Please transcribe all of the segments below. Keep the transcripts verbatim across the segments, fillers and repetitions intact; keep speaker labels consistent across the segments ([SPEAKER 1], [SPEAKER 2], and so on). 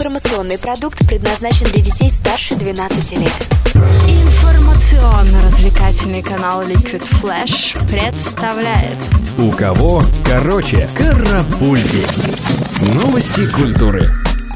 [SPEAKER 1] Информационный продукт предназначен для детей старше двенадцати лет.
[SPEAKER 2] Информационно-развлекательный канал Liquid Flash представляет
[SPEAKER 3] «У кого короче?» Карапульки. Новости культуры.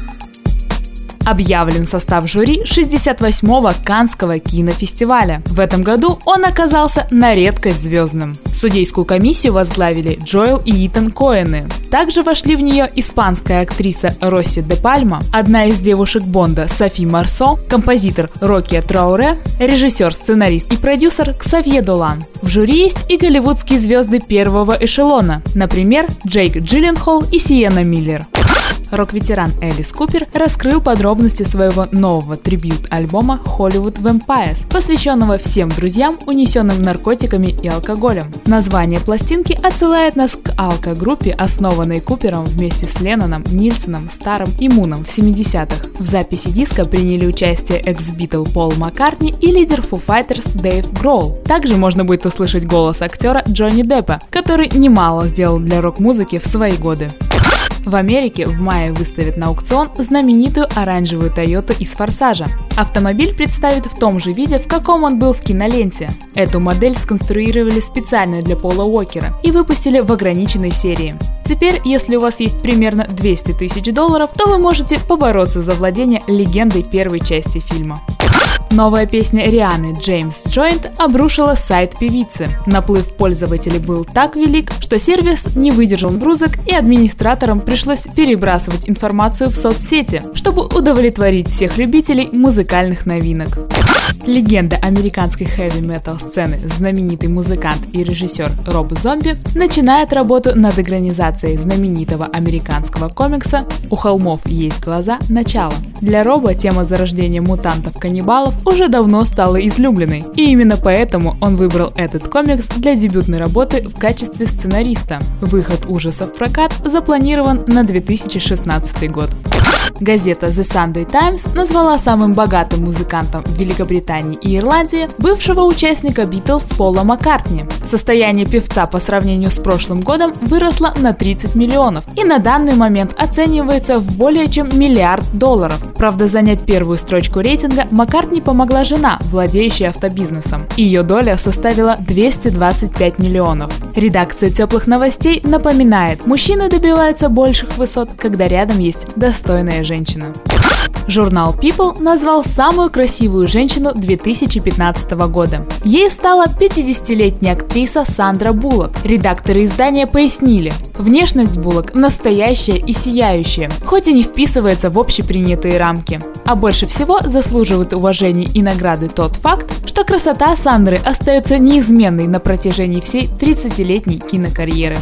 [SPEAKER 4] Объявлен состав жюри шестьдесят восьмого Каннского кинофестиваля. В этом году он оказался на редкость звездным. Судейскую комиссию возглавили Джоэл и Итан Коэны. Также вошли в нее испанская актриса Росси де Пальма, одна из девушек Бонда Софи Марсо, композитор Рокия Трауре, режиссер, сценарист и продюсер Ксавье Долан. В жюри есть и голливудские звезды первого эшелона, например, Джейк Джилленхол и Сиенна Миллер. Рок-ветеран Элис Купер раскрыл подробности своего нового трибьют-альбома Hollywood Vampires, посвященного всем друзьям, унесенным наркотиками и алкоголем. Название пластинки отсылает нас к алко-группе, основанной Купером вместе с Ленноном, Нильсоном, Старом и Муном в семидесятых. В записи диска приняли участие экс-битл Пол Маккартни и лидер Foo Fighters Дэйв Гроул. Также можно будет услышать голос актера Джонни Деппа, который немало сделал для рок-музыки в свои годы. В Америке в мае выставят на аукцион знаменитую оранжевую Toyota из «Форсажа». Автомобиль представят в том же виде, в каком он был в киноленте. Эту модель сконструировали специально для Пола Уокера и выпустили в ограниченной серии. Теперь, если у вас есть примерно двести тысяч долларов, то вы можете побороться за владение легендой первой части фильма. Новая песня Рианны «James Joint» обрушила сайт певицы. Наплыв пользователей был так велик, что сервис не выдержал нагрузок, и администраторам пришлось перебрасывать информацию в соцсети, чтобы удовлетворить всех любителей музыкальных новинок. Легенда американской хэви-метал сцены, знаменитый музыкант и режиссер Роб Зомби, начинает работу над экранизацией знаменитого американского комикса «У холмов есть глаза. Начало». Для Роба тема зарождения мутантов-каннибалов уже давно стала излюбленной, и именно поэтому он выбрал этот комикс для дебютной работы в качестве сценариста. Выход ужасов в прокат запланирован на две тысячи шестнадцатый год. Газета The Sunday Times назвала самым богатым музыкантом в Великобритании и Ирландии бывшего участника Битлз Пола Маккартни. Состояние певца по сравнению с прошлым годом выросло на тридцать миллионов и на данный момент оценивается в более чем миллиард долларов. Правда, занять первую строчку рейтинга Маккартни помогла жена, владеющая автобизнесом. Ее доля составила двести двадцать пять миллионов. Редакция «Теплых новостей» напоминает, мужчины добиваются больших высот, когда рядом есть достойная женщина. Журнал People назвал самую красивую женщину две тысячи пятнадцатого года. Ей стала пятидесятилетняя актриса Сандра Буллок. Редакторы издания пояснили, внешность Буллок настоящая и сияющая, хоть и не вписывается в общепринятые рамки. А больше всего заслуживает уважения и награды тот факт, что красота Сандры остается неизменной на протяжении всей тридцатилетней кинокарьеры.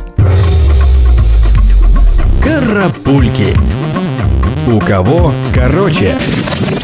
[SPEAKER 3] Карапульки. У кого короче?